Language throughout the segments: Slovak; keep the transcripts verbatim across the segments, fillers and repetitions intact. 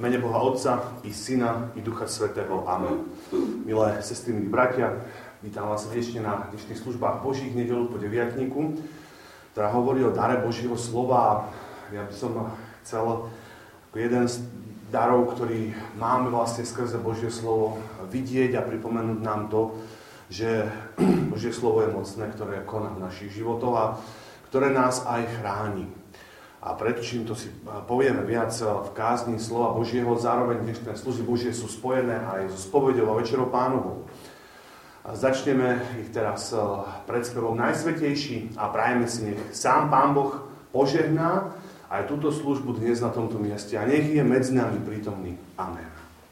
V mene Boha Otca, i Syna, i Ducha Svätého. Amen. Milé sestry, milí bratia, vítam vás srdečne na dnešných službách Božích nedeľu po deviatniku, ktorá hovorí o dare Božieho slova. Ja by som chcel ako jeden z darov, ktorý máme vlastne skrze Božie slovo, vidieť a pripomenúť nám to, že Božie slovo je mocné, ktoré koná v našich životoch a ktoré nás aj chráni. A predčím to si povieme viac v kázni slova Božieho, zároveň dnešné služby Božie sú spojené aj so spoveďou a večerou Pánovou. A začneme ich teraz predspevom Najsvätejší a prajeme si, nech sám Pán Boh požehná aj túto službu dnes na tomto mieste a nech je medzi nami prítomný. Amen.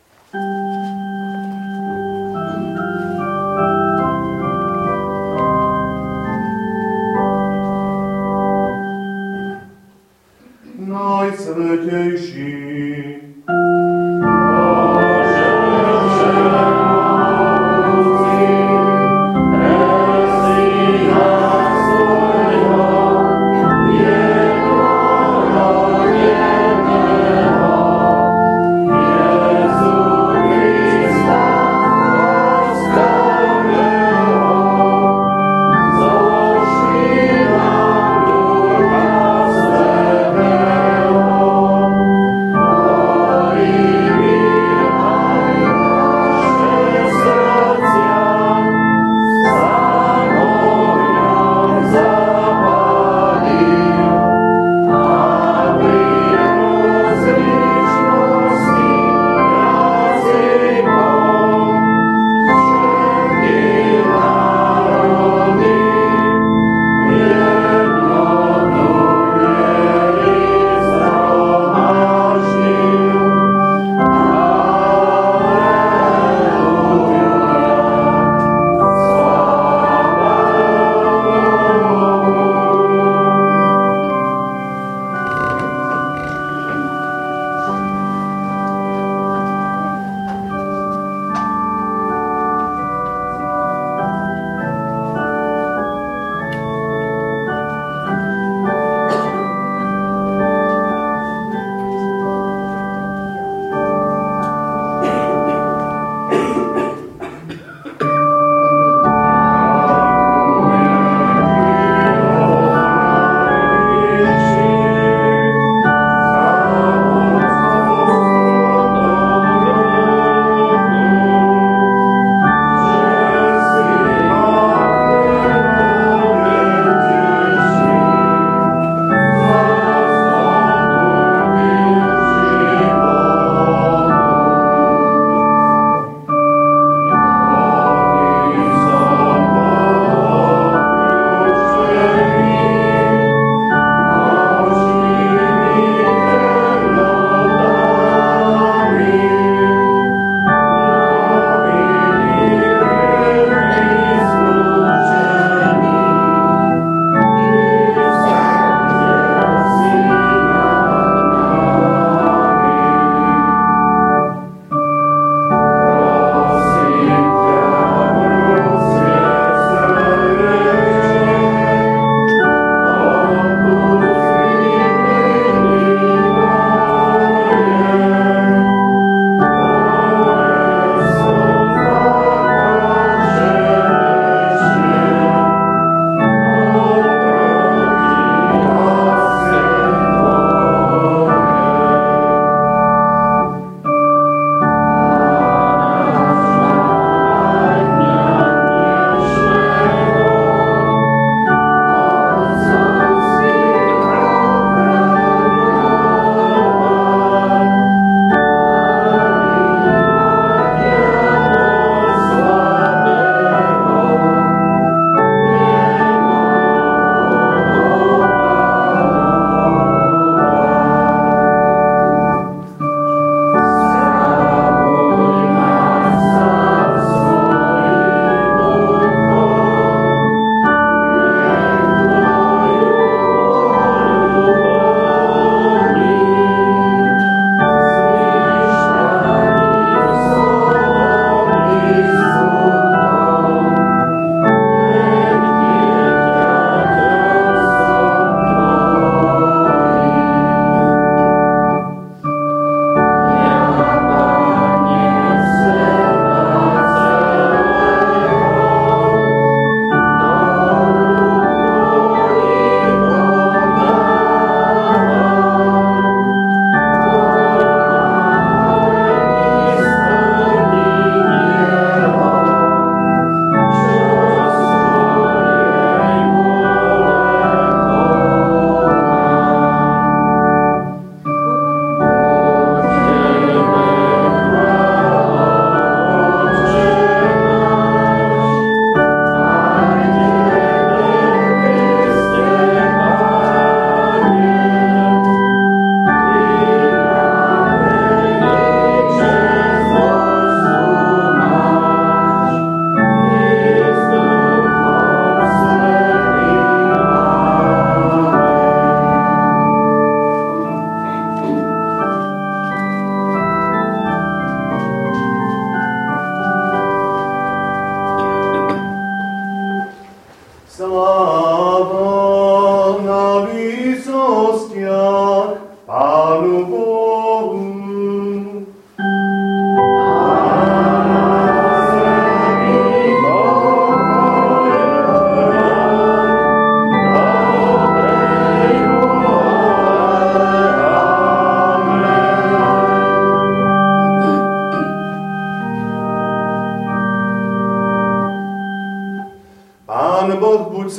Najsvätejší. Jezu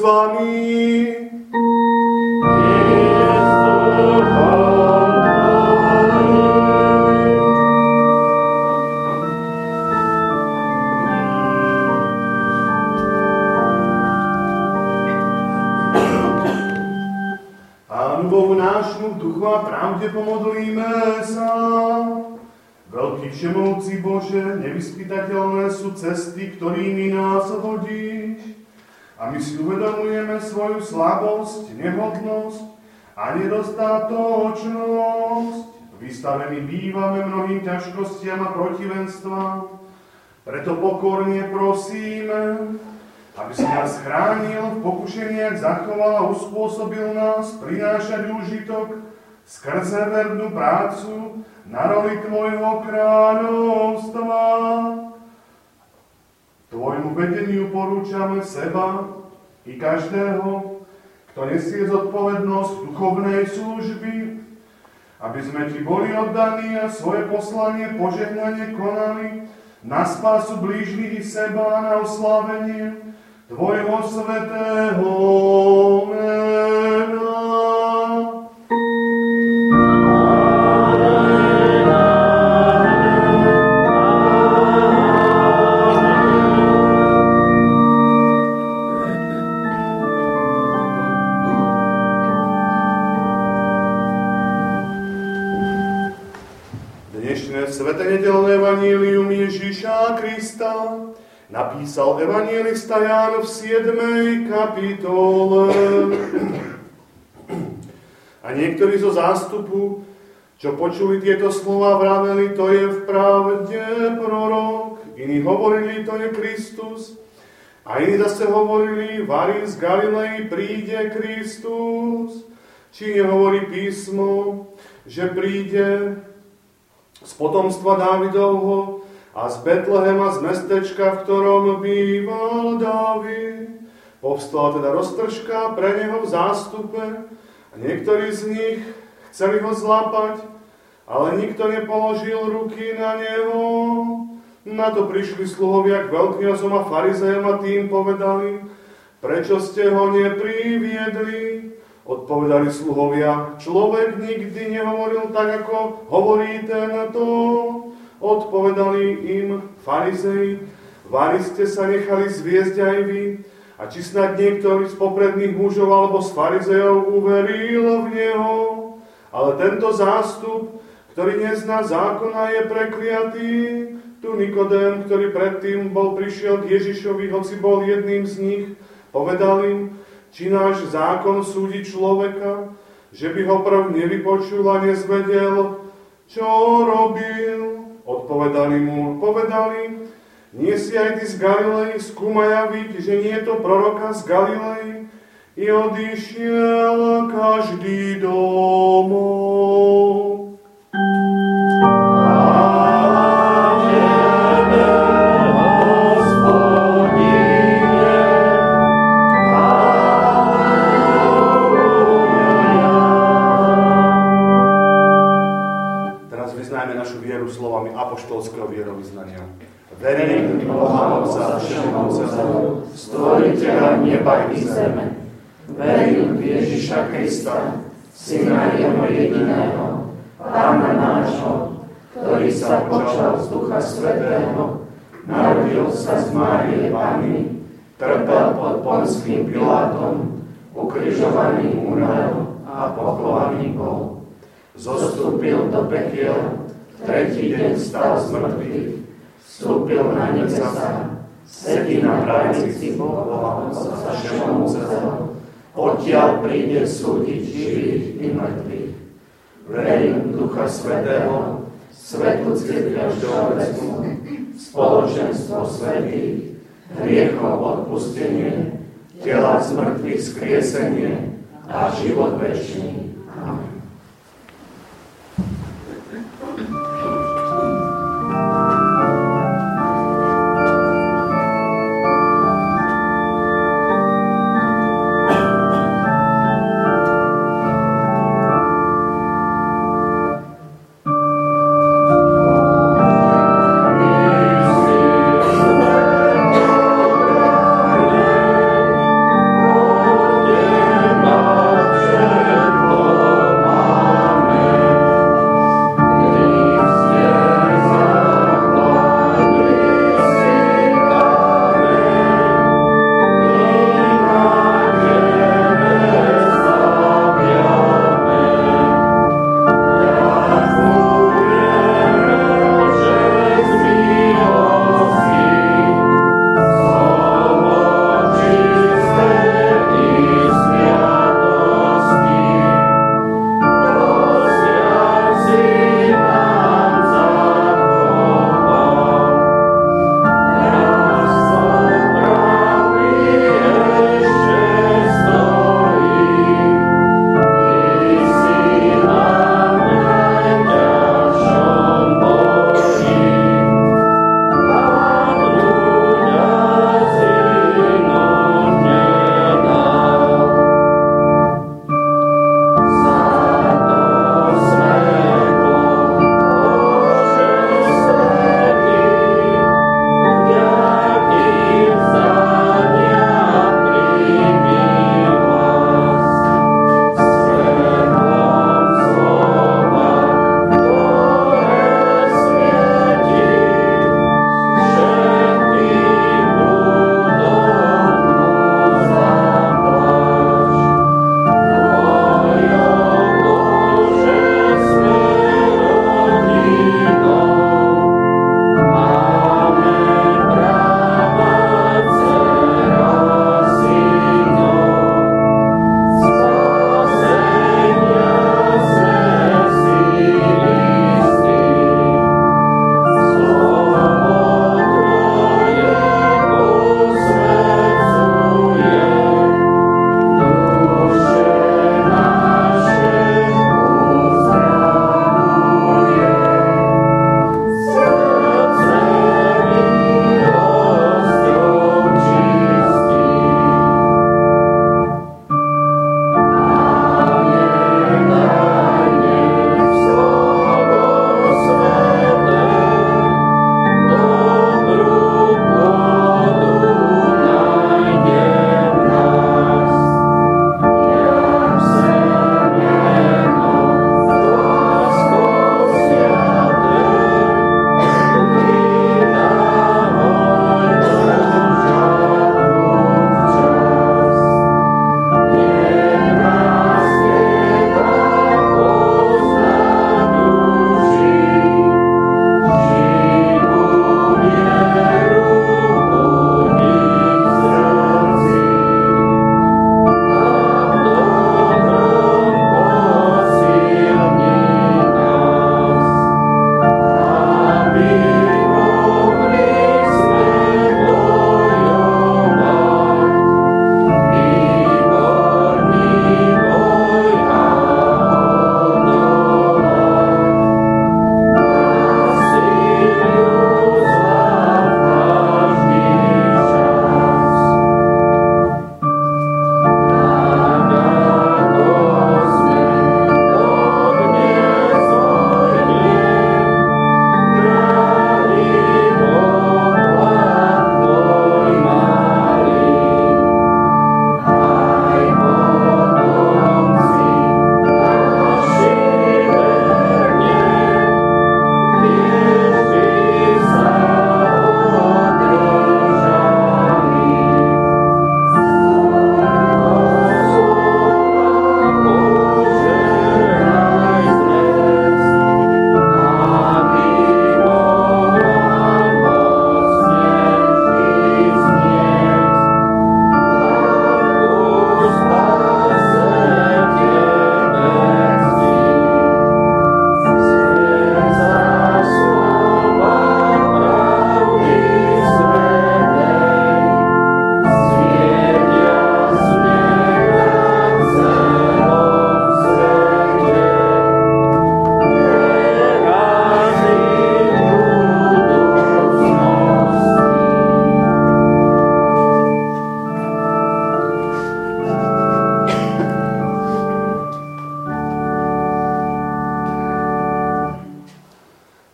vami. Bohu nášmu v duchu a pravde pomodlíme sa. Veľký všemovci Bože, nevyspytateľné sú cesty, ktorými nás vodíš. A my si uvedomujeme svoju slabosť, nehodnosť a nedostatočnosť. Vystavení bývame mnohým ťažkostiam a protivenstvám. Preto pokorne prosíme, aby si nás chránil, v pokušeniach zachoval a uspôsobil nás prinášať úžitok skrze vernú prácu na roli Tvojho kráľovstva. Tvojmu vedeniu porúčame seba i každého, kto nesie zodpovednosť duchovnej služby, aby sme Ti boli oddaní a svoje poslanie požehnane konali na spásu blížnych i seba a na oslávenie Tvojho svätého mena. Dnešné sväté nedeľné evanjelium Ježiša Krista napísal evanjelista Ján v siedmej kapitole. A niektorí zo zástupu, čo počuli tieto slova, vraveli, to je vpravde prorok. Iní hovorili, to je Kristus. A iní zase hovorili, vari z Galilei príde Kristus. Či nehovorí písmo, že príde z potomstva Dávidovho a z Betlehema, z mestečka, v ktorom býval Dávid. Povstala teda roztržka pre neho v zástupe a niektorí z nich chceli ho zlapať, ale nikto nepoložil ruky na neho. Na to prišli sluhovia k veľkňazom a farizejom a tým povedali, prečo ste ho nepriviedli? Odpovedali sluhovia, človek nikdy nehovoril tak, ako hovorí tento. Odpovedali im farizei, vari ste sa nechali zviesť aj vy, a či snad niektorý z popredných mužov alebo z farizejov uveril v neho. Ale tento zástup, ktorý nezná zákona, je prekliatý. Tu Nikodém, ktorý predtým bol prišiel k Ježišovi, hoci bol jedným z nich, povedal im, či náš zákon súdi človeka, že by ho prv nevypočul a nezvedel, čo robil. Odpovedali mu, povedali, nie si aj ty z Galilei, skúmaj a vidť, že nie je to proroka z Galilei. I odišiel každý domov. Slovami apoštolského vierovyznania. Verím v Boha Otca Všemovúceho, stvoriteľa neba i zeme. Verím v Ježiša Krista, Syna Jeho jediného, Pána nášho, ktorý sa počal z Ducha Svätého, narodil sa z Márie Panny, trpel pod Ponským Pilátom, ukrižovaný umrel a pochovaný bol. Zostúpil do pekiel, tretí deň stal z mŕtvych, vstúpil na nebesá, sedí na pravici Boha Otca Všemovúceho, odtiaľ príde súdiť živých i mŕtvych. Verím v Ducha Svätého, svätú cirkev všeobecnú, spoločenstvo svätých, hriechov odpustenie, tela z mŕtvych skriesenie a život večný. Amen. Oh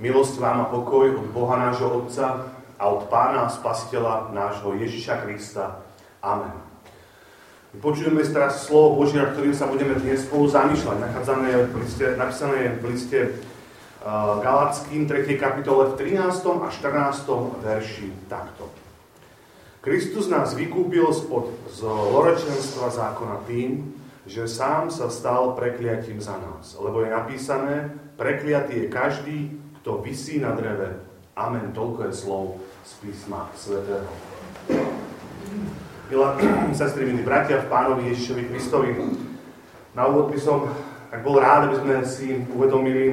Milosť vám a pokoj od Boha nášho Otca a od Pána a Spasiteľa nášho Ježiša Krista. Amen. Počujeme teraz slovo Božie, na ktorým sa budeme dnes spolu zamýšľať. Nachádzané v liste, napísané v liste uh, Galatským tretej kapitole v trinástom a štrnástom verši takto. Kristus nás vykúpil spod zlorečenstva zákona tým, že sám sa stal prekliatím za nás. Lebo je napísané, prekliatý je každý, kto visí na dreve. Amen. Toľko je slov z písma svätého. Milá sestry, milí bratia v Pánovi Ježišovi Kristovi, na úvod by som tak bol rád, aby sme si uvedomili,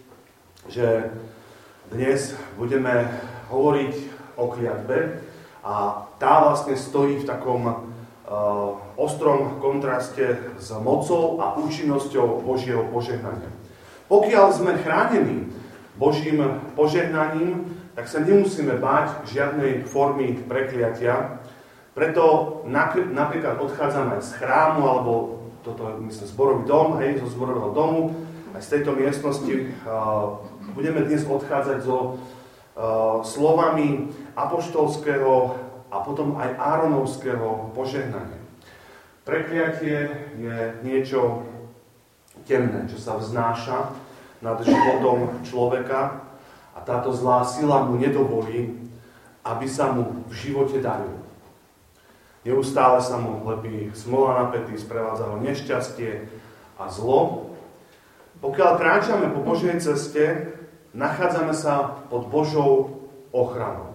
že dnes budeme hovoriť o kliatbe a tá vlastne stojí v takom uh, ostrom kontraste s mocou a účinnosťou Božieho požehnania. Pokiaľ sme chránení Božím požehnaním, tak sa nemusíme báť žiadnej formy prekliatia. Preto napríklad odchádzame z chrámu, alebo toto je, myslím, zborový dom, hej, zo zborového domu, aj z tejto miestnosti uh, budeme dnes odchádzať so uh, slovami apoštolského a potom aj áronovského požehnania. Prekliatie je niečo temné, čo sa vznáša nad životom človeka a táto zlá sila mu nedovolí, aby sa mu v živote darilo. Neustále sa mu lepí smola na päty, sprevádza ho nešťastie a zlo. Pokiaľ kráčame po Božej ceste, nachádzame sa pod Božou ochranou.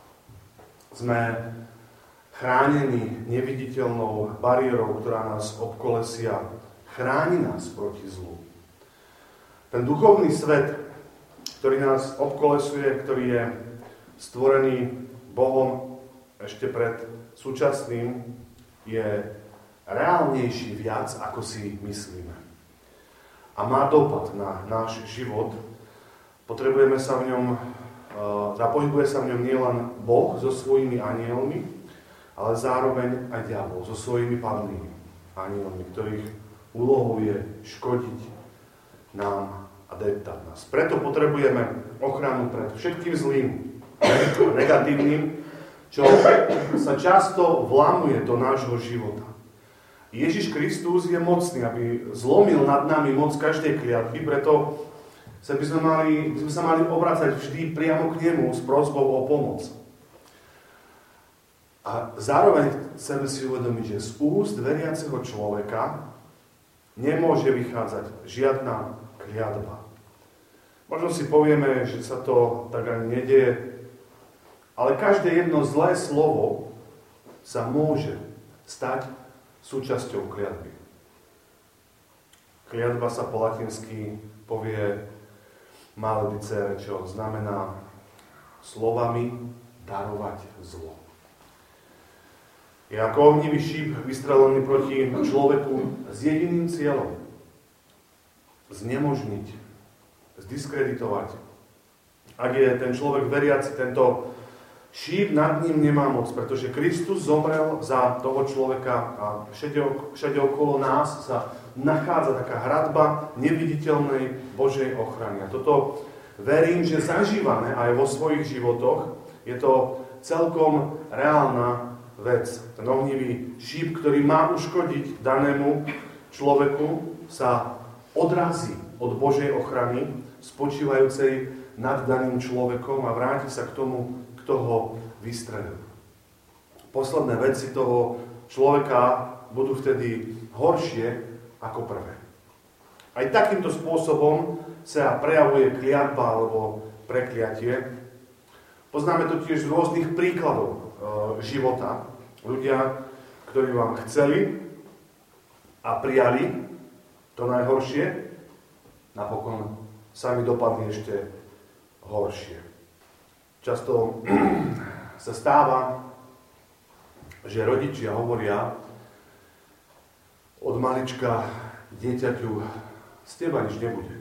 Sme chránení neviditeľnou bariérou, ktorá nás obkolesia, chráni nás proti zlu. Ten duchovný svet, ktorý nás obkolesuje, ktorý je stvorený Bohom ešte pred súčasným, je reálnejší viac, ako si myslíme. A má dopad na náš život. Potrebujeme sa v ňom, zapohybuje sa v ňom nielen Boh so svojimi anielmi, ale zároveň aj diabol so svojimi padlými anielmi, ktorých úlohou je škodiť nám a deptať nás. Preto potrebujeme ochranu pred všetkým zlým, negatívnym, čo sa často vlamuje do nášho života. Ježiš Kristus je mocný, aby zlomil nad nami moc každej kliatby, preto sa by sme, mali, by sme sa mali obracať vždy priamo k nemu s prosbou o pomoc. A zároveň chceme si uvedomiť, že z úst veriaceho človeka nemôže vychádzať žiadna kliatba. Možno si povieme, že sa to tak ani nedieje, ale každé jedno zlé slovo sa môže stať súčasťou kliatby. Kliatba sa po latinsky povie maledicere, čo znamená slovami darovať zlo. Je ako ohnivý šíp vystrelený proti človeku s jediným cieľom znemožniť, zdiskreditovať. Ak je ten človek veriaci, tento šíp nad ním nemá moc, pretože Kristus zomrel za toho človeka a všade, všade okolo nás sa nachádza taká hradba neviditeľnej Božej ochrany. A toto verím, že zažívame aj vo svojich životoch. Je to celkom reálna vec. Ten ohnivý šíp, ktorý má uškodiť danému človeku, sa odrazí od Božej ochrany, spočívajúcej nad daným človekom a vráti sa k tomu, kto ho vystrelil. Posledné veci toho človeka budú vtedy horšie ako prvé. Aj takýmto spôsobom sa prejavuje kliatba alebo prekliatie. Poznáme to tiež z rôznych príkladov e, života. Ľudia, ktorí vám chceli a prijali to najhoršie, napokon sami dopadli ešte horšie. Často sa stáva, že rodičia hovoria od malička dieťaťu, z teba nič nebude.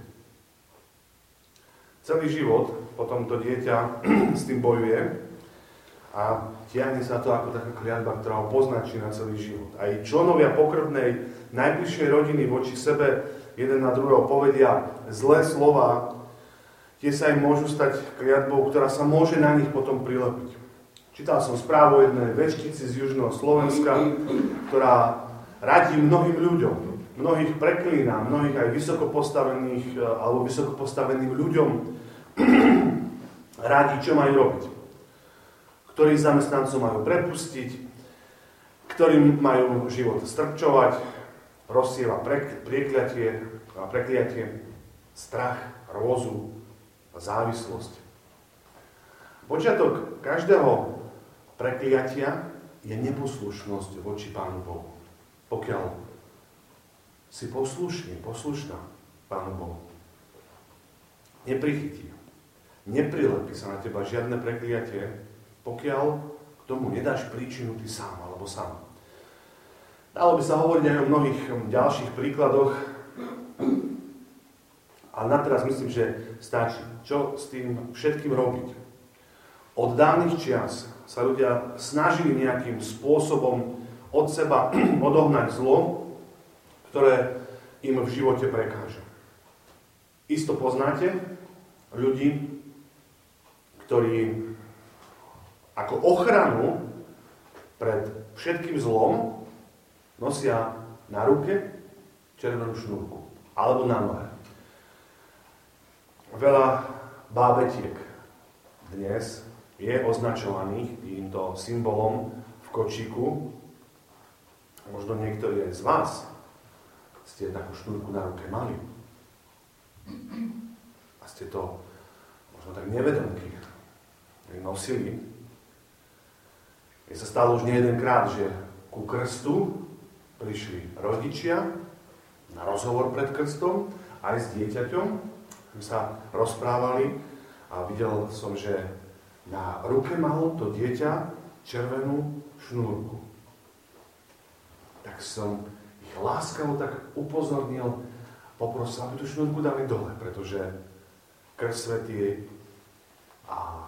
Celý život potom to dieťa s tým bojuje a tiahne sa to ako taká kliatba, ktorá ho poznačí na celý život. Aj členovia pokrvnej najbližšej rodiny voči sebe jeden na druhého povedia zlé slova, tie sa im môžu stať kliatbou, ktorá sa môže na nich potom prilepiť. Čítal som správu o jednej veštici z južného Slovenska, ktorá radí mnohým ľuďom, mnohých preklína, mnohých aj vysokopostavených alebo vysokopostaveným ľuďom radí, čo majú robiť. Ktorých zamestnancov majú prepustiť, ktorým majú život strpčovať, rozsieva prekliatie, prekliatie, strach, hrôzu a závislosť. Počiatok každého prekliatia je neposlušnosť voči Pánu Bohu. Pokiaľ si poslušný, poslušná Pánu Bohu, neprichytí, neprilepí sa na teba žiadne prekliatie, pokiaľ k tomu nedáš príčinu ty sám alebo sám. Dalo by sa hovoriť aj o mnohých ďalších príkladoch, ale na teraz myslím, že stačí. Čo s tým všetkým robiť? Od dávnych čias sa ľudia snažili nejakým spôsobom od seba odohnať zlo, ktoré im v živote prekáža. Isto poznáte ľudí, ktorí ako ochranu pred všetkým zlom nosia na ruke červenú šnúrku alebo na nohe. Veľa bábetiek dnes je označovaných týmto symbolom v kočíku. Možno niektorí aj z vás ste takú šnúrku na ruke mali. A ste to možno tak nevedomky nosili. Je sa stalo už nie jedenkrát, že ku krstu prišli rodičia na rozhovor pred krstom aj s dieťaťom. My sa rozprávali a videl som, že na ruke malo to dieťa červenú šnúrku. Tak som ich láskavo tak upozornil, poprosil, aby tú šnúrku dali dole, pretože krst svätý a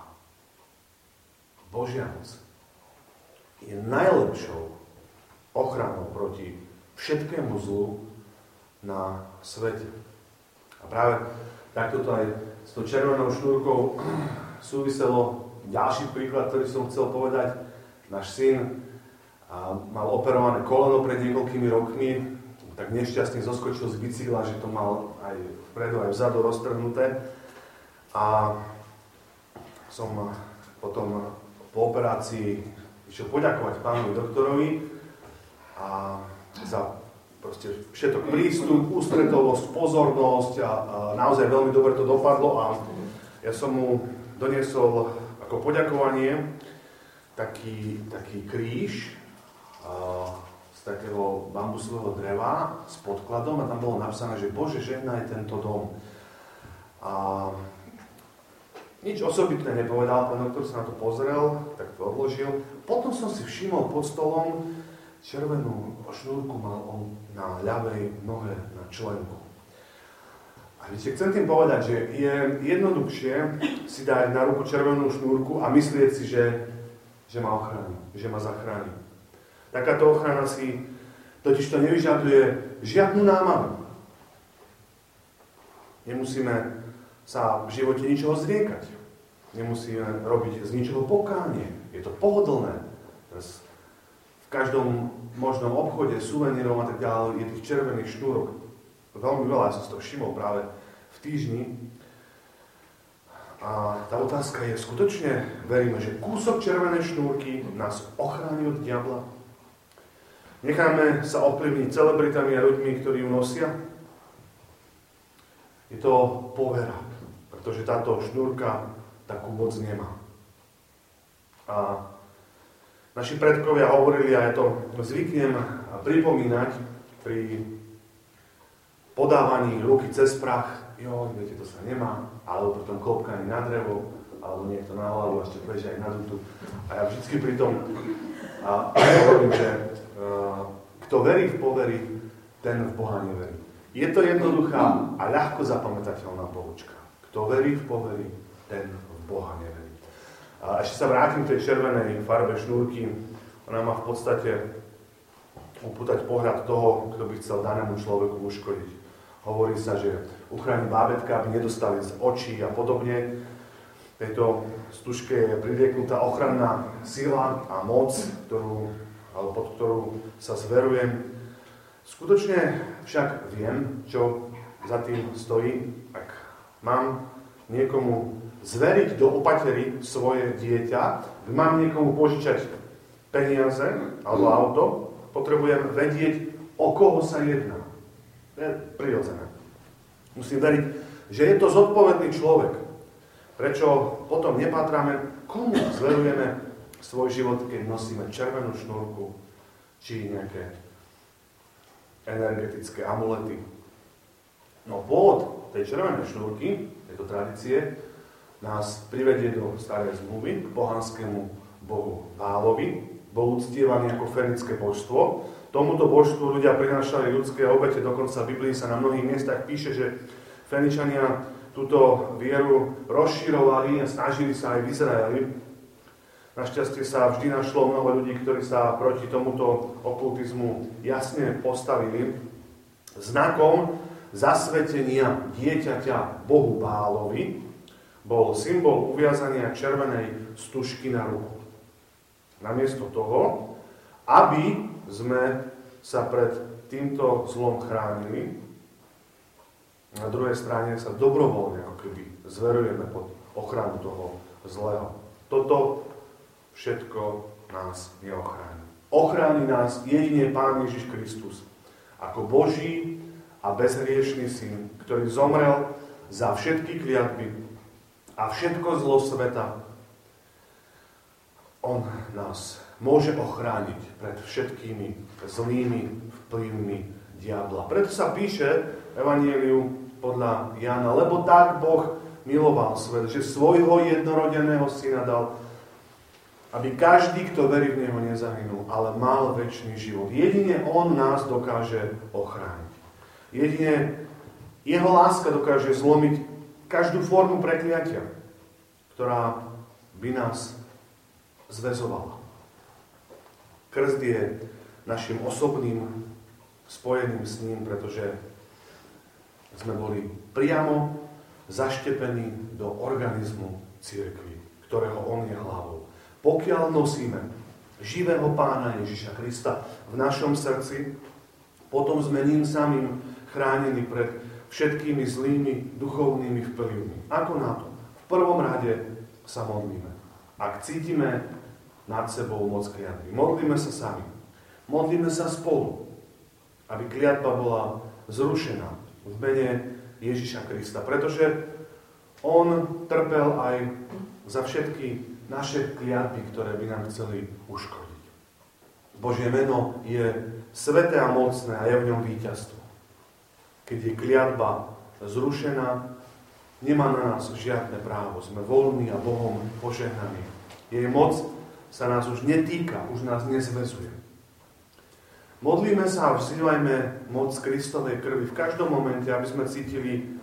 Božia moc je najlepšou ochranou proti všetkému zlu na svete. A práve takto to aj s tou červenou šnúrkou súviselo. Ďalší príklad, ktorý som chcel povedať. Náš syn a, mal operované koleno pred niekoľkými rokmi, tak nešťastne zoskočil z bicykla, že to mal aj vpredu, aj vzadu roztrhnuté. A som potom po operácii išiel poďakovať pánovi doktorovi a za proste všetok prístup, ústretovosť, pozornosť a, a naozaj veľmi dobre to dopadlo a ja som mu doniesol ako poďakovanie taký, taký kríž a, z takého bambusového dreva s podkladom a tam bolo napísané, že Bože, žehnaj tento dom. A nič osobitné nepovedal, pán doktor sa na to pozrel, tak to odložil. Potom som si všimol pod stolom, červenú šnúrku mal on na ľavej nohe, na členku. A viete, chcem tým povedať, že je jednoduchšie si dať na ruku červenú šnúrku a myslieť si, že, že ma ochráni, že ma zachráni. Takáto ochrana si totiž to nevyžaduje žiadnu námahu. Nemusíme sa v živote ničoho zriekať. Nemusíme robiť z ničoho pokánie. Je to pohodlné. Teraz v každom možnom obchode, suvenírom a tak ďalej je tých červených šnúrok veľmi veľa. Ja som si to všimol práve v týždni. A tá otázka je, skutočne veríme, že kúsok červenej šnúrky nás ochráni od diabla? Necháme sa ovplyvniť celebritami a ľuďmi, ktorí ju nosia? Je to povera, pretože táto šnúrka takú moc nemá. A naši predkovia hovorili, a ja to zvyknem pripomínať pri podávaní ruky cez prach, jo, viete, to sa nemá, alebo pri tom klopkaní na drevo, alebo niekto na hlavu, ešte beží aj na dutu. A ja vždycky pri tom a, a hovorím, že uh, kto verí v povery, ten v Boha neverí. Je to jednoduchá a ľahko zapamätateľná poučka. Kto verí v povery, ten v Boha neverí. A ešte sa vrátim k tej červenej farbe šnúrky. Ona má v podstate upútať pohľad toho, kto by chcel danému človeku uškodiť. Hovorí sa, že uchrániť bábätka, aby nedostali z očí a podobne. V tejto stužke je prilieknutá ochranná sila a moc, ktorú, alebo pod ktorú sa zverujem. Skutočne však viem, čo za tým stojí. Ak mám niekomu zveriť do opatery svoje dieťa, ak mám niekomu požičať peniaze alebo auto, potrebujem vedieť, o koho sa jedná. To je prirodzené. Musím veriť, že je to zodpovedný človek. Prečo potom nepátráme, komu zverujeme svoj život, keď nosíme červenú šnúrku či nejaké energetické amulety. No pôvod tej červenej šnúrky, tejto tradície, nás privedie do starej zmluvy k pohanskému bohu Bálovi. Bol uctievaný ako fenické božstvo. Tomuto božstvu ľudia prinášali ľudské obete, dokonca v Biblii sa na mnohých miestach píše, že Feničania túto vieru rozširovali a snažili sa aj v Izraeli. Našťastie sa vždy našlo mnoho ľudí, ktorí sa proti tomuto okultizmu jasne postavili. Znakom zasvetenia dieťaťa bohu Bálovi bol symbol uviazania červenej stužky na ruku. Namiesto toho, aby sme sa pred týmto zlom chránili, na druhej strane sa dobrovoľne ako keby zverujeme pod ochranu toho zlého. Toto všetko nás neochráni. Ochráni nás jedine Pán Ježiš Kristus ako Boží a bezhriešný syn, ktorý zomrel za všetky kliatby a všetko zlo sveta. On nás môže ochrániť pred všetkými zlými vplyvmi diabla. Preto sa píše v Evanjeliu podľa Jána, lebo tak Boh miloval svet, že svojho jednorodeného syna dal, aby každý, kto verí v Neho, nezahynul, ale mal večný život. Jedine On nás dokáže ochrániť. Jedine Jeho láska dokáže zlomiť každú formu prekliatia, ktorá by nás zväzovala. Krst je našim osobným spojením s ním, pretože sme boli priamo zaštepení do organizmu cirkvi, ktorého on je hlavou. Pokiaľ nosíme živého Pána Ježiša Krista v našom srdci, potom sme ním samým chránení pred všetkými zlými duchovnými vplyvmi. Ako na to? V prvom rade sa modlíme. Ak cítime nad sebou moc kliatby, modlíme sa sami. Modlíme sa spolu, aby kliatba bola zrušená v mene Ježiša Krista, pretože on trpel aj za všetky naše kliatby, ktoré by nám chceli uškodiť. Božie meno je sveté a mocné a je v ňom víťazstvo. Keď je kliatba zrušená, nemá na nás žiadne právo. Sme voľní a Bohom požehnaní. Jej moc sa nás už netýka, už nás nezväzuje. Modlíme sa a vzývajme moc Kristovej krvi v každom momente, aby sme cítili,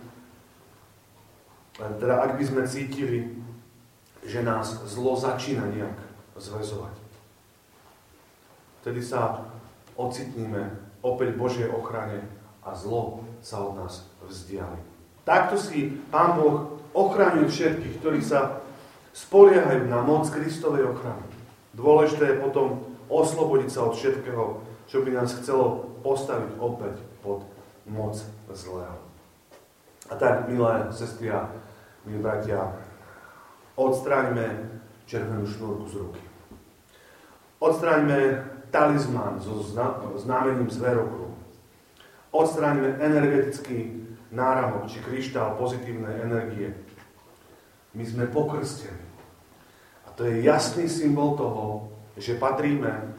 teda ak by sme cítili, že nás zlo začína nejak zväzovať. Vtedy sa ocitníme opäť v Božej ochrane a zlo sa od nás vzdiali. Takto si Pán Boh ochraňuje všetkých, ktorí sa spoliehajú na moc Kristovej ochrany. Dôležité je potom oslobodiť sa od všetkého, čo by nás chcelo postaviť opäť pod moc zlého. A tak, milé sestry a milí bratia, odstráňme červenú šnúrku z ruky. Odstráňme talizmán so znamením zverokruhu. Odstráňme energetický náramok či kryštál pozitívnej energie. My sme pokrstení. A to je jasný symbol toho, že patríme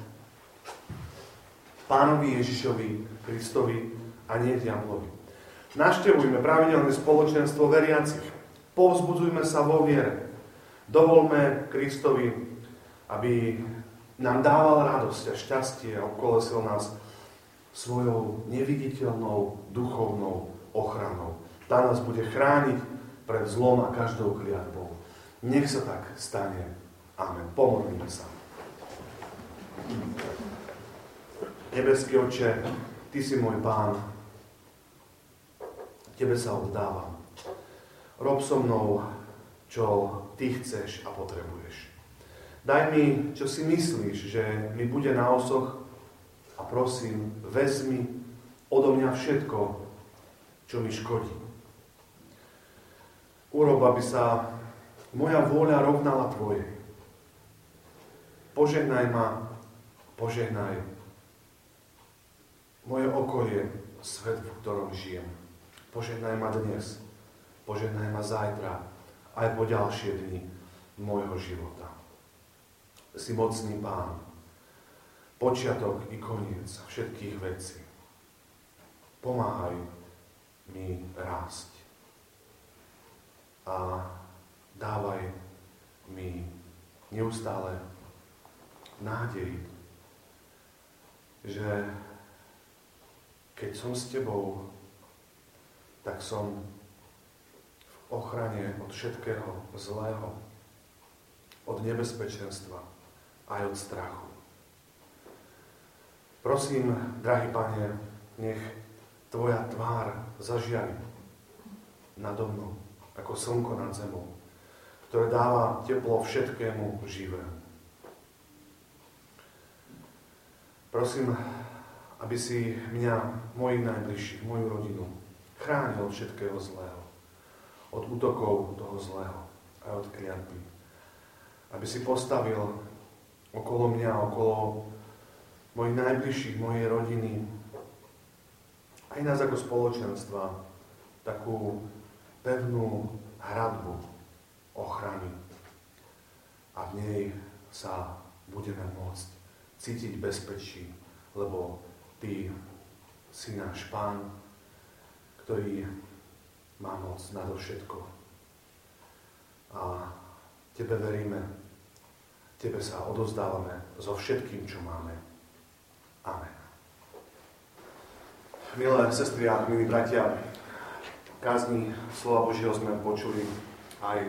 Pánovi Ježišovi Kristovi a nie diablovi. Navštevujme pravidelné spoločenstvo veriacich. Povzbudzujme sa vo viere. Dovolme Kristovi, aby nám dával radosť a šťastie a obkolesil nás svojou neviditeľnou duchovnou ochranou. Tá nás bude chrániť pred zlom a každou kliatbou. Nech sa tak stane. Amen. Pomodlíme sa. Nebeský Otče, Ty si môj Pán. Tebe sa oddávam. Rob so mnou, čo Ty chceš a potrebuješ. Daj mi, čo si myslíš, že mi bude na osoch a prosím, vezmi odo mňa všetko, čo mi škodí. Urob, aby sa moja vôľa rovnala Tvojej. Požehnaj ma, požehnaj moje okolie, svet, v ktorom žijem. Požehnaj ma dnes, požehnaj ma zajtra, aj po ďalšie dni môjho života. Si mocný Pán, počiatok i koniec všetkých vecí. Pomáhaj mi rásť a dávaj mi neustále nádej, že keď som s Tebou, tak som v ochrane od všetkého zlého, od nebezpečenstva aj od strachu. Prosím, drahý Pane, nech Tvoja tvár zažiari nado mnou, ako slnko nad zemou, ktoré dáva teplo všetkému živému. Prosím, aby si mňa, mojich najbližších, moju rodinu, chránil od všetkého zlého, od útokov toho zlého a od kliatby. Aby si postavil okolo mňa, okolo mojich najbližších, mojej rodiny, aj nás ako spoločenstva, takú pevnú hradbu ochrany. A v nej sa budeme môcť cítiť bezpečí, lebo Ty si náš Pán, ktorý má moc nadovšetko. A Tebe veríme, Tebe sa odovzdávame so všetkým, čo máme. Amen. Milé sestry a milí bratia, v kázni slova Božieho sme počuli aj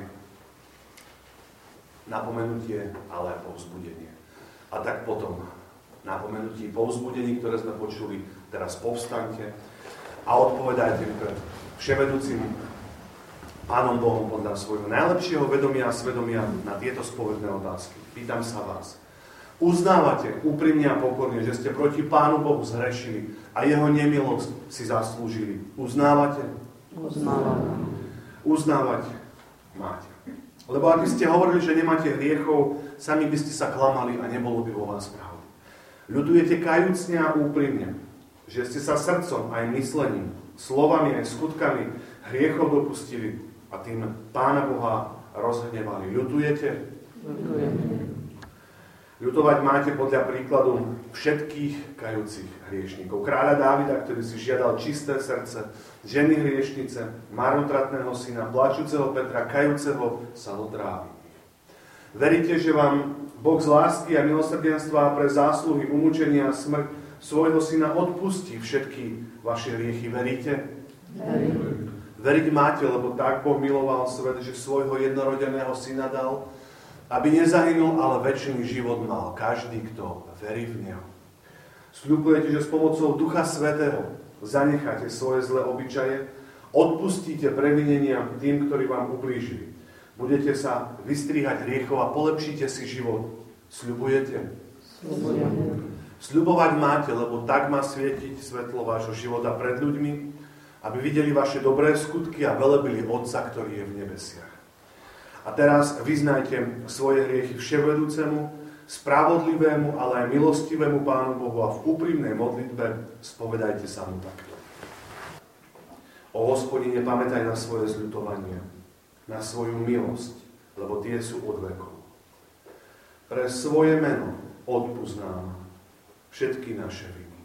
napomenutie, ale aj povzbudenie. A tak potom napomenutí, povzbudení, ktoré sme počuli, teraz povstaňte a odpovedajte pred vševedúcim Pánom Bohom podľa svojho najlepšieho vedomia a svedomia na tieto spovedné otázky. Pýtam sa vás. Uznávate úprimne a pokorne, že ste proti Pánu Bohu zhrešili a jeho nemilosť si zaslúžili? Uznávate? Uznávate. Uznávať máte. Lebo ak by ste hovorili, že nemáte hriechov, sami by ste sa klamali a nebolo by vo vás pravdy. Ľutujete kajúcne a úprimne, že ste sa srdcom aj myslením, slovami aj skutkami hriechov dopustili a tým Pána Boha rozhnevali. Ľutujete? Ľutujete. Ľutovať máte podľa príkladu všetkých kajúcich hriešníkov. Kráľa Dávida, ktorý si žiadal čisté srdce, ženy hriešnice, marnotratného syna, plačúceho Petra, kajúceho sa do trávy. Veríte, že vám Boh z lásky a milosrdenstva pre zásluhy, umúčenia a smrť svojho syna odpustí všetky vaše hriechy? Veríte? Verím. Veriť máte, lebo tak Boh miloval svet, že svojho jednorodeného syna dal, aby nezahynul, ale večný život mal každý, kto verí v Neho. Sľubujete, že s pomocou Ducha Svätého zanecháte svoje zlé obyčaje, odpustíte previnenia tým, ktorí vám ublížili. Budete sa vystrihať hriechov a polepšíte si život. Sľubujete? Sľubujem. Sľubovať máte, lebo tak má svietiť svetlo vášho života pred ľuďmi, aby videli vaše dobré skutky a velebili Otca, ktorý je v nebesiach. A teraz vyznajte svoje hriechy vševedúcemu, spravodlivému, ale aj milostivému Pánu Bohu a v úprimnej modlitbe spovedajte sa mu takto. O Hospodine, pamätaj na svoje zľutovanie, na svoju milosť, lebo tie sú od vekov. Pre svoje meno odpusť nám všetky naše viny.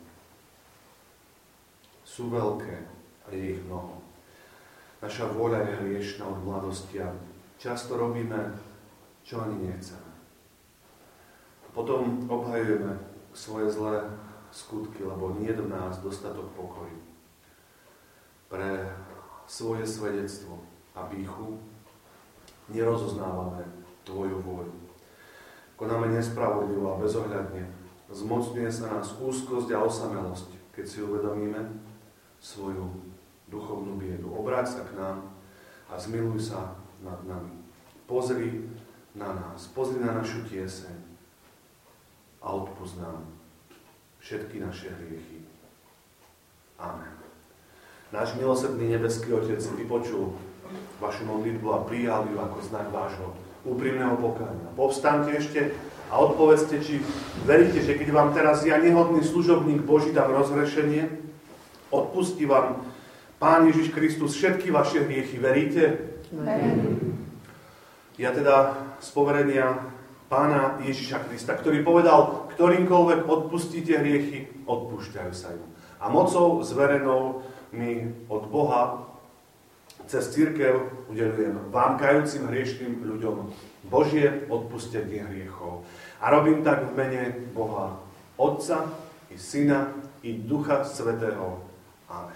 Sú veľké a je ich mnoho. Naša vôľa je hriešna od mladosti a často robíme, čo ani nechceme. Potom obhajujeme svoje zlé skutky, lebo nie je v nás dostatok pokoju. Pre svoje svedectvo a pýchu nerozoznávame Tvoju vôľu. Konáme nespravodlivo a bezohľadne. Zmocňuje sa nás úzkosť a osamelosť, keď si uvedomíme svoju duchovnú biedu. Obráť sa k nám a zmiluj sa nad nami. Pozri na nás, pozri na našu tieseň a odpusť nám všetky naše hriechy. Amen. Náš milosrdný nebeský Otec vypočul vašu modlitbu a prijal ju ako znak vášho úprimného pokánia. Povstaňte ešte a odpovedzte, či veríte, že keď vám teraz ja, nehodný služobník Boží, dám rozhrešenie, odpustí vám Pán Ježiš Kristus všetky vaše hriechy. Veríte? Verím. Ja teda z poverenia Pána Ježiša Krista, ktorý povedal, ktorýmkoľvek odpustíte hriechy, odpúšťajú sa im. A mocou zverenou mi od Boha cez cirkev udeľujem vám, kajúcim hriešným ľuďom, Božie odpustenie hriechov. A robím tak v mene Boha Otca i Syna i Ducha Svätého. Amen.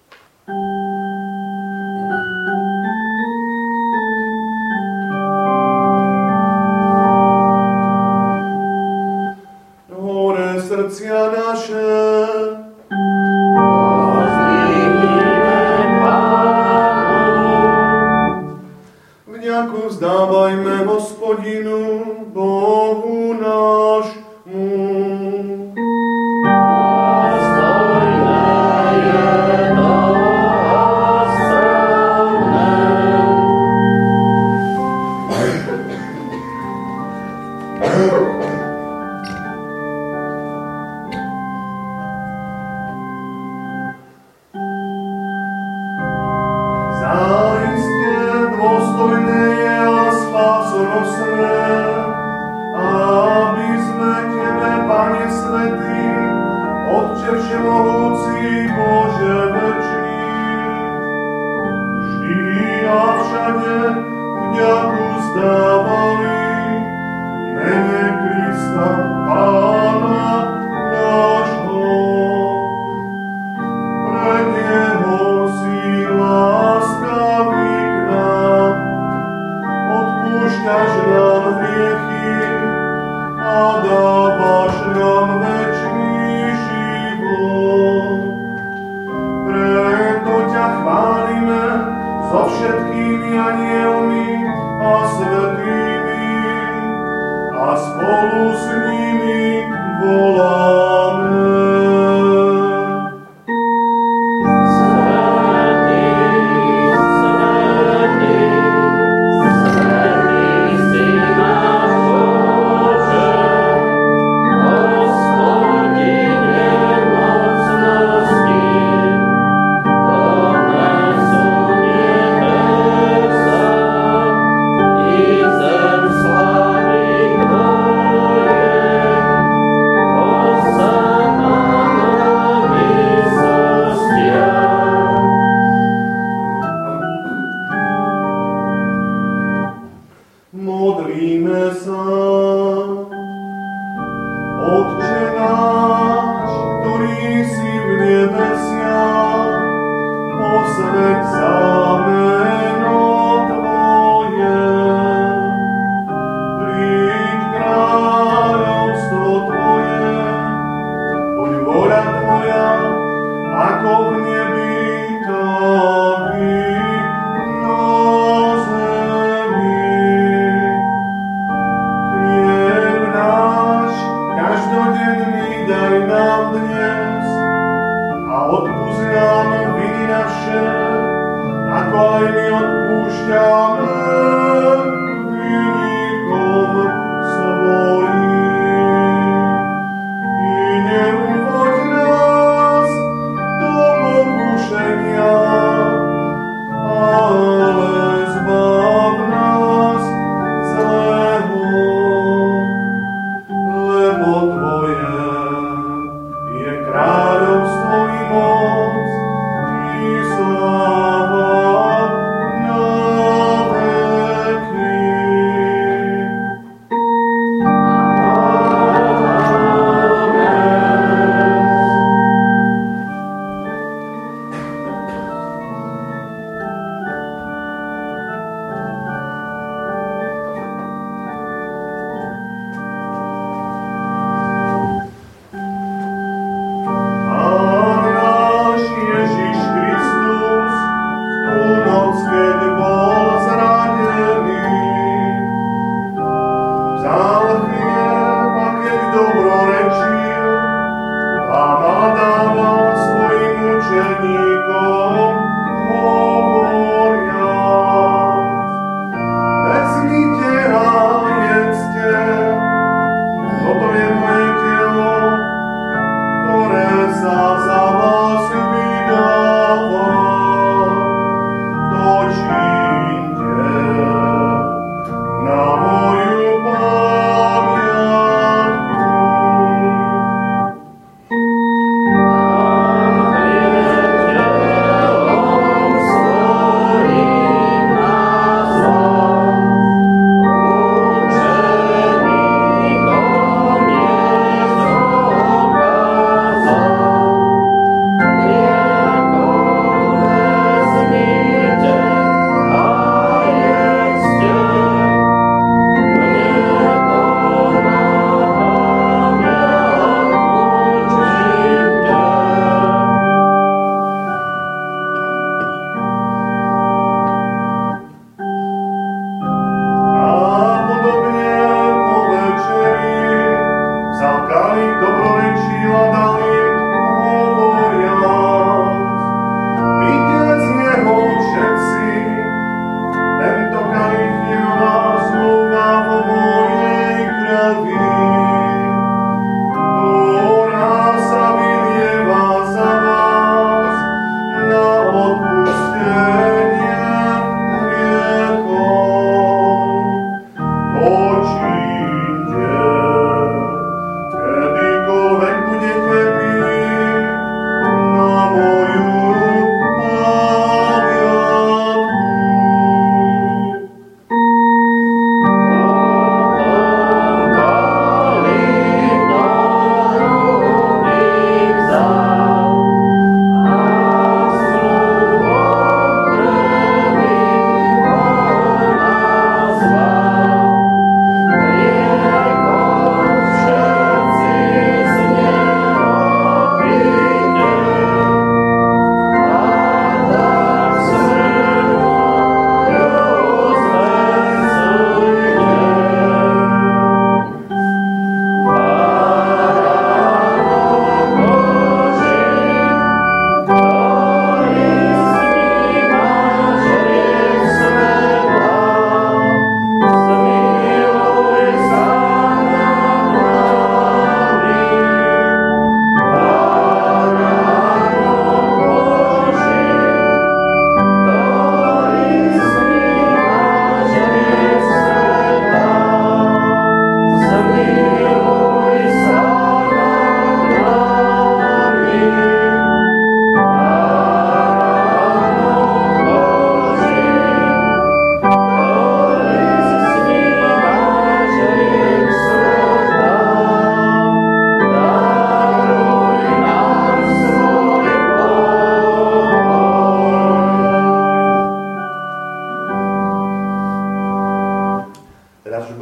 Hore srdcia naše, vzdávajme Hospodinu, Bohu nášmu. Dostojné je to a správne. Zaiste dôstojné je spásonosné, aby sme Tebe, Pane Svätý, Otče všemohúci, Bože večný, vždy a všade vďaku vzdávali mene Krista, Pána nášho. Pred Neho si láskavý k nám, odpúšťaš nám hriechy a dávaš nám večný život. Preto ťa chválime so všetkými anielmi a svätými a spolu s nimi voláme. Modlíme sa. Otče náš, ktorý si v nebesiach, posväť sa meno Tvoje. Príď kráľovstvo Tvoje, buď vôľa Tvoja, ako v nebi, tak i na zemi. Chlieb náš každodenný daj nám dnes a odpusť nám viny naše, ako aj my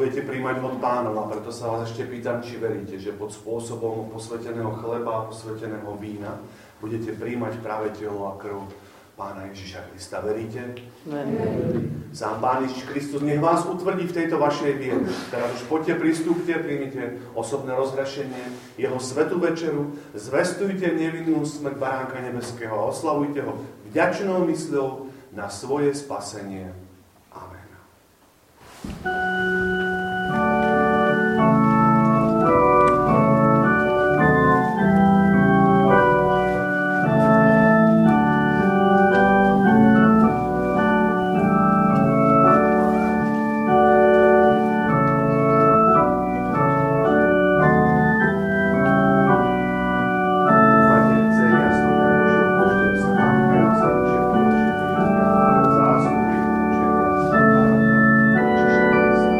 budete príjmať od Pánov a preto sa vás ešte pýtam, či veríte, že pod spôsobom posveteného chleba a posveteného vína budete príjmať práve telo a krv Pána Ježiša Krista. Veríte? Verím. Sám Pán Ježiš Kristus nech vás utvrdí v tejto vašej viere. Teraz už poďte, pristúpte, príjmite osobné rozhrešenie, jeho svätú večeru, zvestujte nevinnú smrť Baránka nebeského a oslavujte ho vďačnou mysľou na svoje spasenie. Amen. Zásluhy učenia sa Baránka Ježiša Krista.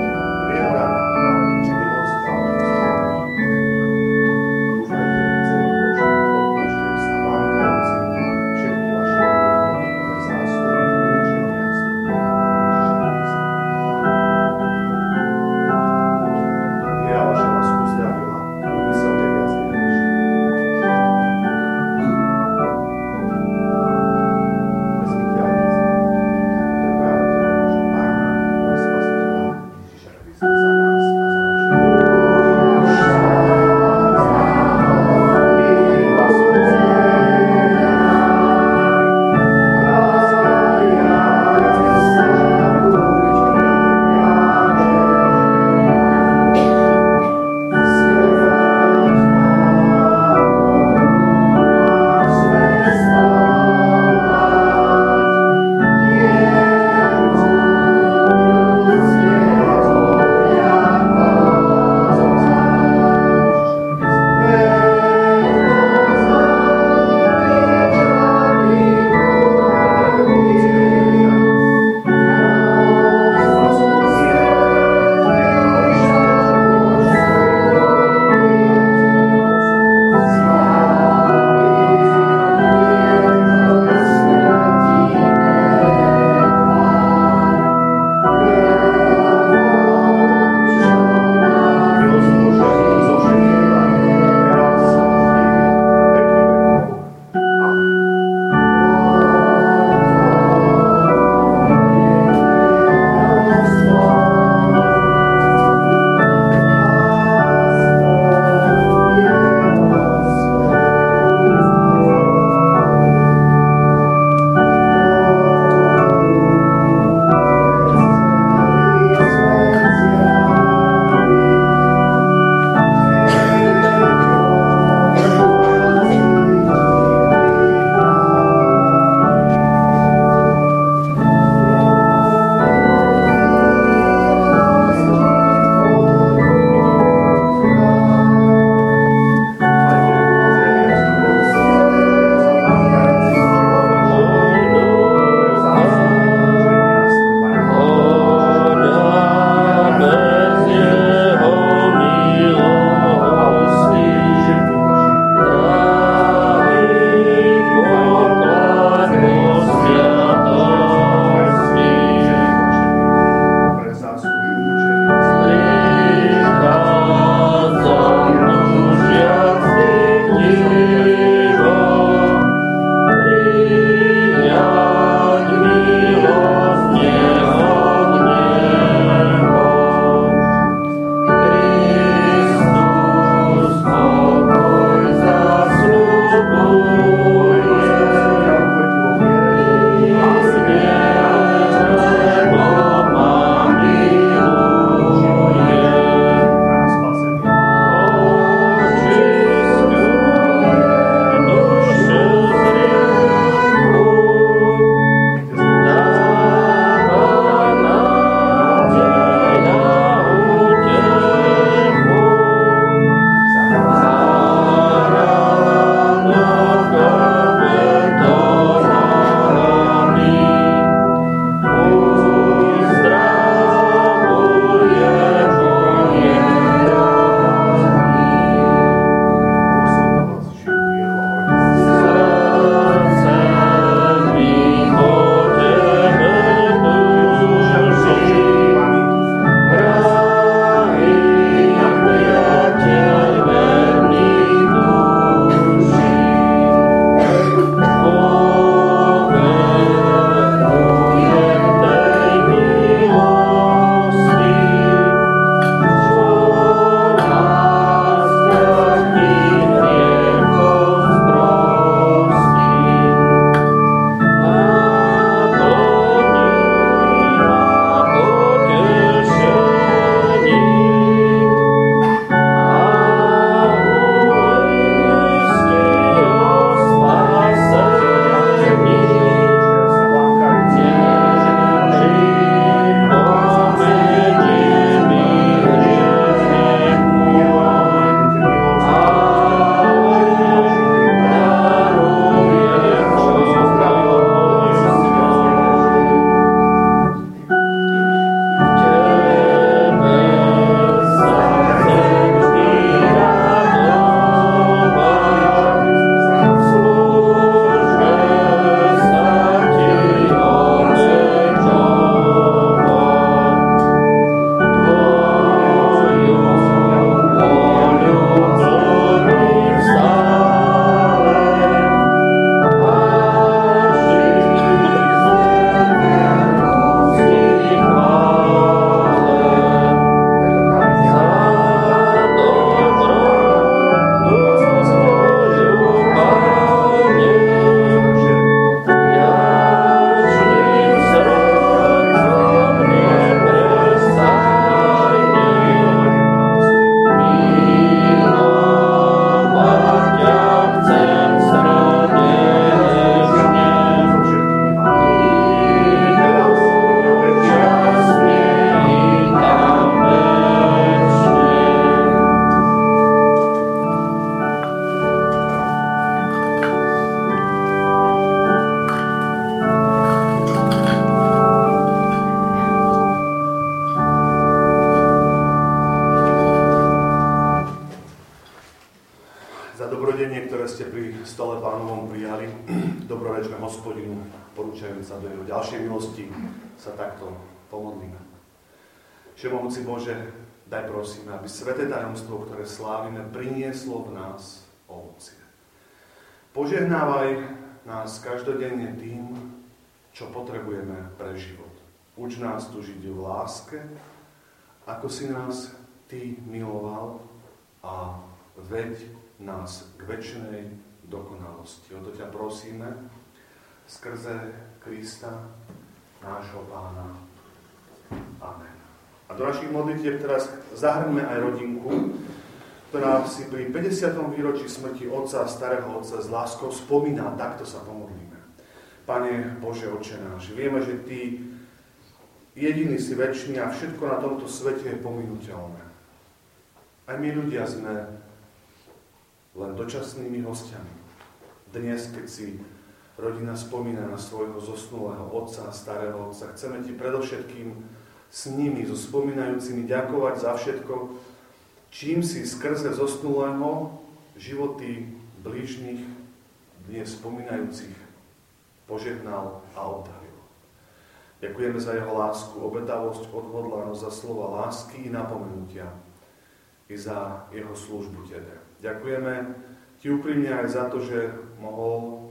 ste pri stole Pánovom prijali dobrorečné Hospodinu, porúčajúc sa do jeho ďalšej milosti, sa takto pomodlíme. Všemohúci Bože, daj prosíme, aby sväté tajomstvo, ktoré slávime, prinieslo v nás ovocie. Požehnávaj nás každodenne tým, čo potrebujeme pre život. Uč nás tu žiť v láske, ako si nás Ty miloval, a veď nás k večnej dokonalosti. O to ťa prosíme skrze Krista, nášho Pána. Amen. A do našich modlitieb teraz zahrňme aj rodinku, ktorá si pri päťdesiatom výročí smrti otca, starého otca s láskou spomína. Takto sa pomodlíme. Pane Bože, Otče náš, vieme, že Ty jediný si večný a všetko na tomto svete je pominuteľné. Aj my ľudia sme len dočasnými hostiami. Dnes, keď si rodina spomína na svojho zosnulého otca, starého otca, chceme Ti predovšetkým s nimi, so spomínajúcimi, ďakovať za všetko, čím si skrze zosnulého životy blížnych, dnes spomínajúcich, požehnal a obdaril. Ďakujeme za jeho lásku, obetavosť, odhodlanosť, za slova lásky i napomenutia, i za jeho službu Tebe. Ďakujeme Ti úprimne aj za to, že mohol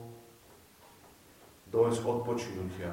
dojsť odpočinutia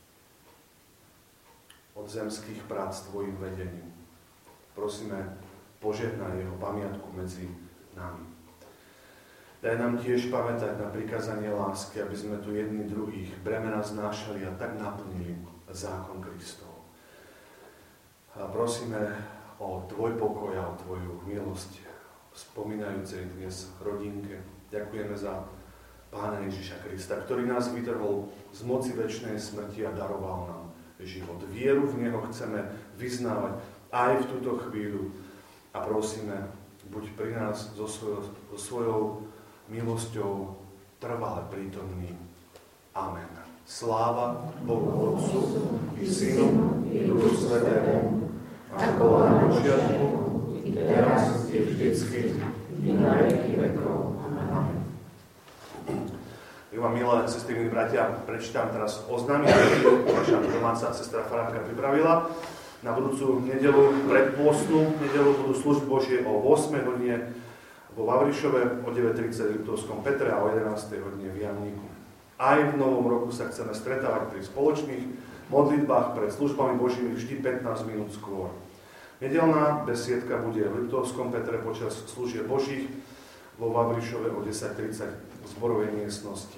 od zemských prác Tvojim vedením. Prosíme, požehnaj jeho pamiatku medzi nami. Daj nám tiež pamätať na prikázanie lásky, aby sme tu jedni druhých bremena znášali a tak naplnili zákon Kristov. A prosíme o Tvoj pokoj a o Tvoju milosť spomínajúcej dnes rodinke. Ďakujeme za Pána Ježiša Krista, ktorý nás vytrhol z moci večnej smrti a daroval nám život. Vieru v Neho chceme vyznávať aj v túto chvíľu a prosíme, buď pri nás so svojou, so svojou milosťou trvale prítomný. Amen. Sláva Bohu Otcu i Synu i Duchu Svätému, ako bola na počiatku, i teraz, i vždycky, i na veky vekov. Amen. Milá, milé sestry, milí bratia, prečítam teraz oznámenie, ktoré naša domáca sestra farárka pripravila. Na budúcu nedeľu, predpôstnu nedeľu, budú služby Božie o ôsmej hodine vo Vavrišove, o deväť tridsať v Liptovskom Petre a o jedenástej hodine v Jamníku. Aj v novom roku sa chceme stretávať pri spoločných modlitbách pred službami Božími vždy pätnásť minút skôr. Nedeľná besiedka bude v Liptovskom Petre počas služieb Božích, vo Vavrišove o desať tridsať v zborovej miestnosti.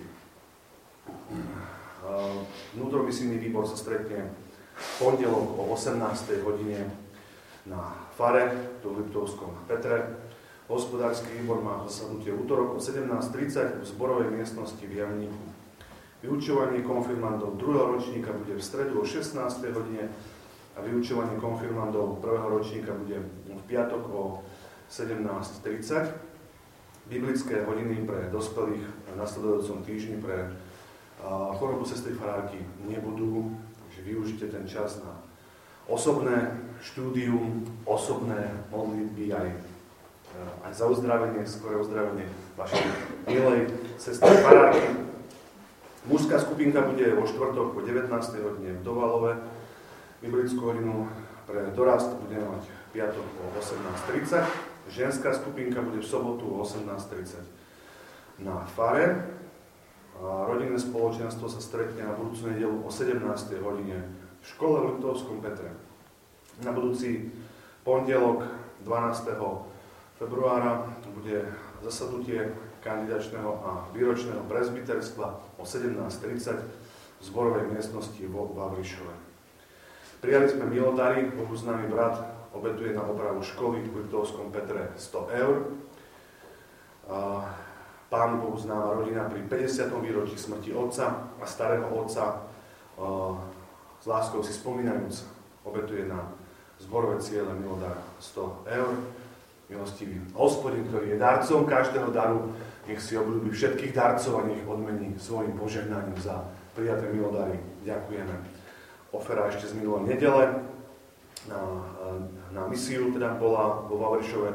Vnútromisijný výbor sa stretne v pondelok o osemnástej hodine na fare tu v Liptovskom Petre. Hospodársky výbor má zasadnutie v útorok o sedemnásť tridsať v zborovej miestnosti v Jamníku. Vyučovanie konfirmandov druhého ročníka bude v stredu o šestnástej hodine a vyučovanie konfirmandov prvého ročníka bude v piatok o sedemnásť tridsať. Biblické hodiny pre dospelých v nasledujúcom týždni pre chorobu sestry farárky nebudú, takže využite ten čas na osobné štúdium, osobné modlitby aj, aj za uzdravenie, skoré uzdravenie vašej milej sestry farárky. Mužská skupinka bude vo štvrtok po devätnástej hodine v Dovalove. Biblickú hodinu pre dorast budeme mať v piatok o osemnásť tridsať. Ženská skupinka bude v sobotu o osemnásť tridsať na fare. A rodinné spoločenstvo sa stretne na budúcu nedeľu o sedemnástej hodine v škole v Liptovskom Petre. Na budúci pondelok dvanásteho februára bude zasadnutie kandidačného a výročného presbyterstva o sedemnásť tridsať v zborovej miestnosti vo Vavrišove. Prijali sme milodary, Bohu známy brat obetuje na opravu školy v Liptovskom Petre sto eur. Pánu Bohu známa rodina pri päťdesiatom výročí smrti otca a starého otca s láskou si spomínajúc obetuje na zborové ciele milodar sto eur. Milostivý Hospodin, ktorý je darcom každého daru, nech si obľúbi všetkých darcov a nech odmení svojim požehnaním za prijaté milodary. Ďakujeme. Ofera ešte z minulej nedele na, na misiu, teda bola vo Vavrišove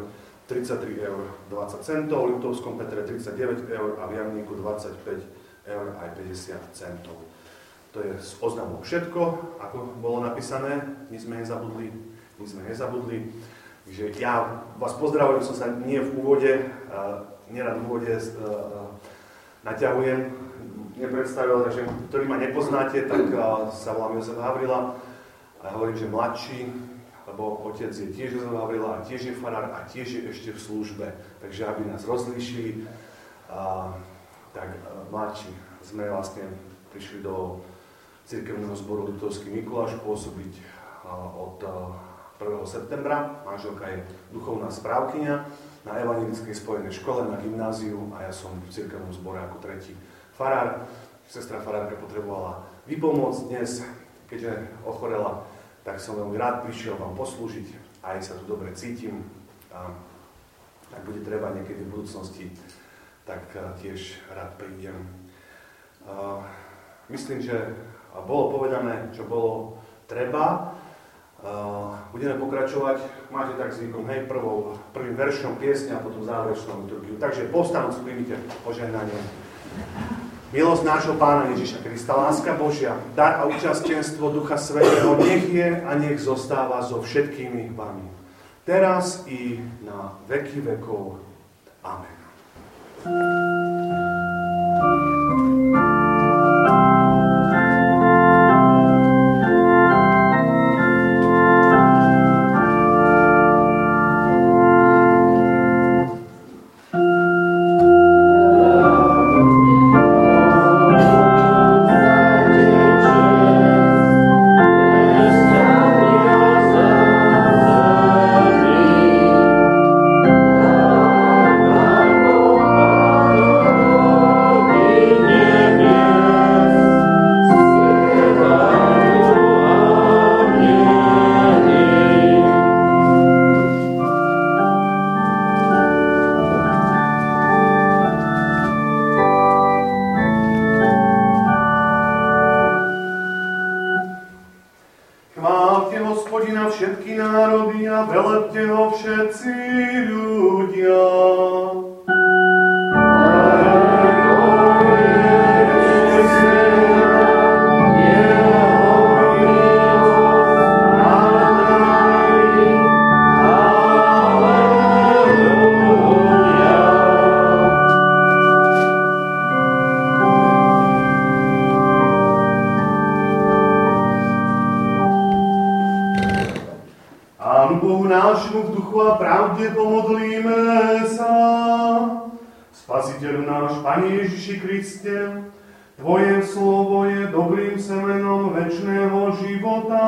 tridsaťtri eur dvadsať centov, v Liptovskom Petre tridsaťdeväť eur a v Jamníku dvadsaťpäť eur aj päťdesiat centov. To je s oznamom všetko, ako bolo napísané, my sme nezabudli, my sme nezabudli. Takže ja vás pozdravujem, som sa nie v úvode, nerad v úvode naťahujem, nepredstavil, takže ktorí ma nepoznáte, tak sa volám Jozef Havrila a hovorím, že mladší, lebo otec je tiež Jozef Havrila a tiež je farár a tiež je ešte v službe. Takže aby nás rozlíšili, a, tak a, mladší sme vlastne prišli do cirkevného zboru Liptovský Mikuláš pôsobiť a, od a, prvého septembra. Manželka je duchovná správkyňa na Evangelickej spojenej škole, na gymnáziu a ja som v cirkevnom zbore ako tretí farár. Sestra farárka potrebovala vypomôcť dnes, keďže ochorela, tak som veľmi rád prišiel vám poslúžiť, aj sa tu dobre cítim. A ak bude treba niekedy v budúcnosti, tak tiež rád prídem. A myslím, že bolo povedané, čo bolo treba. A budeme pokračovať, máte tak zvykom, hej, prvou, prvým veršom piesne a potom záverečnou liturgiu. Takže povstanúc, príjmite požehnanie. Milosť nášho Pána Ježiša Krista, láska Božia, dar a účastenstvo Ducha Svätého nech je a nech zostáva so všetkými vami. Teraz i na veky vekov. Amen. Spasiteľu náš, Pane Ježiši Kriste, Tvoje slovo je dobrým semenom večného života.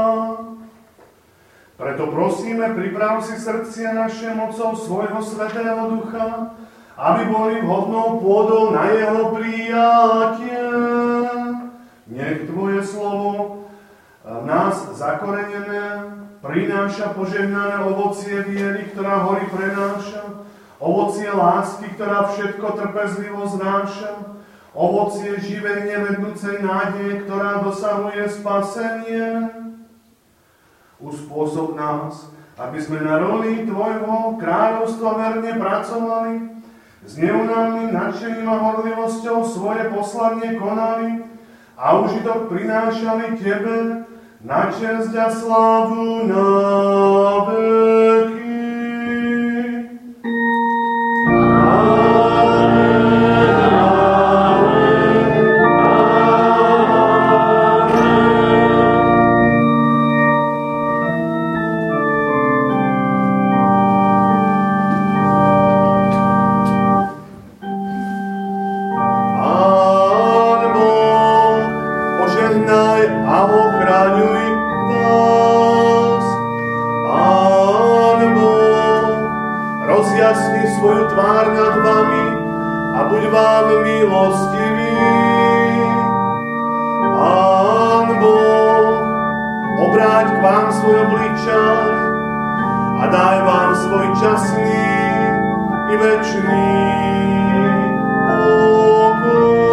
Preto prosíme, priprav si srdcia naše mocou svojho Svätého Ducha, aby boli vhodnou pôdou na jeho prijatie. Nech Tvoje slovo v nás zakorenené prináša požehnané ovocie viery, ktorá hory prenáša, ovocie lásky, ktorá všetko trpezlivo znáša, ovocie živej nevednúcej nádeje, ktorá dosahuje spasenie. Uspôsob nás, aby sme na roli Tvojho kráľovstva verne pracovali, s neunávnym nadšením a horlivosťou svoje poslanie konali a užitok prinášali Tebe na česť a slávu na veky. Svoju tvár nad vami a buď vám milostivý. Pán Boh, obráť k vám svoj obličaj a daj vám svoj časný i večný pokoj.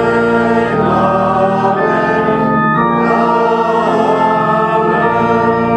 Amen, amen, amen.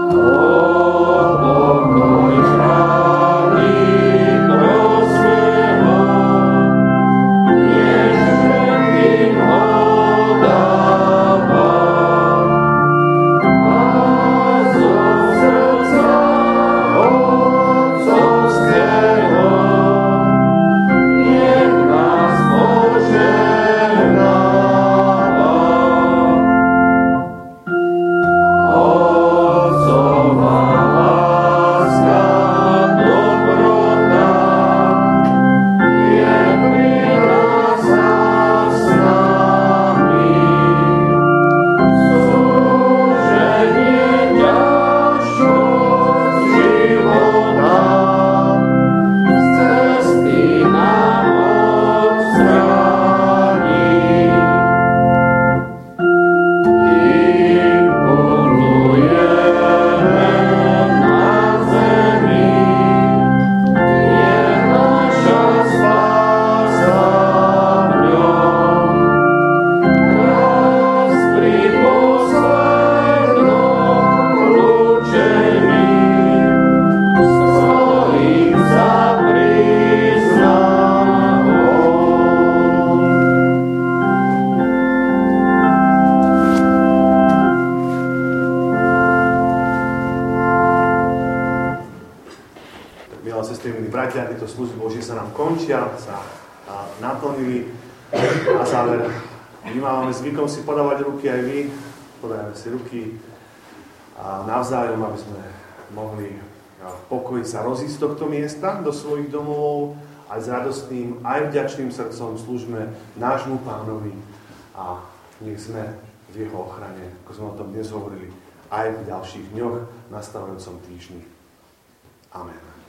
bratia, tieto služby Božie sa nám končia, sa naplnili. Na záver, my máme zvykom si podávať ruky, aj vy, podávame si ruky a navzájom, aby sme mohli v pokoji sa rozísť z tohto miesta do svojich domov, aj s radostným, aj vďačným srdcom slúžme nášmu Pánovi a nech sme v jeho ochrane, ako sme o tom dnes hovorili, aj v ďalších dňoch, nastávajúcom týždni. Amen.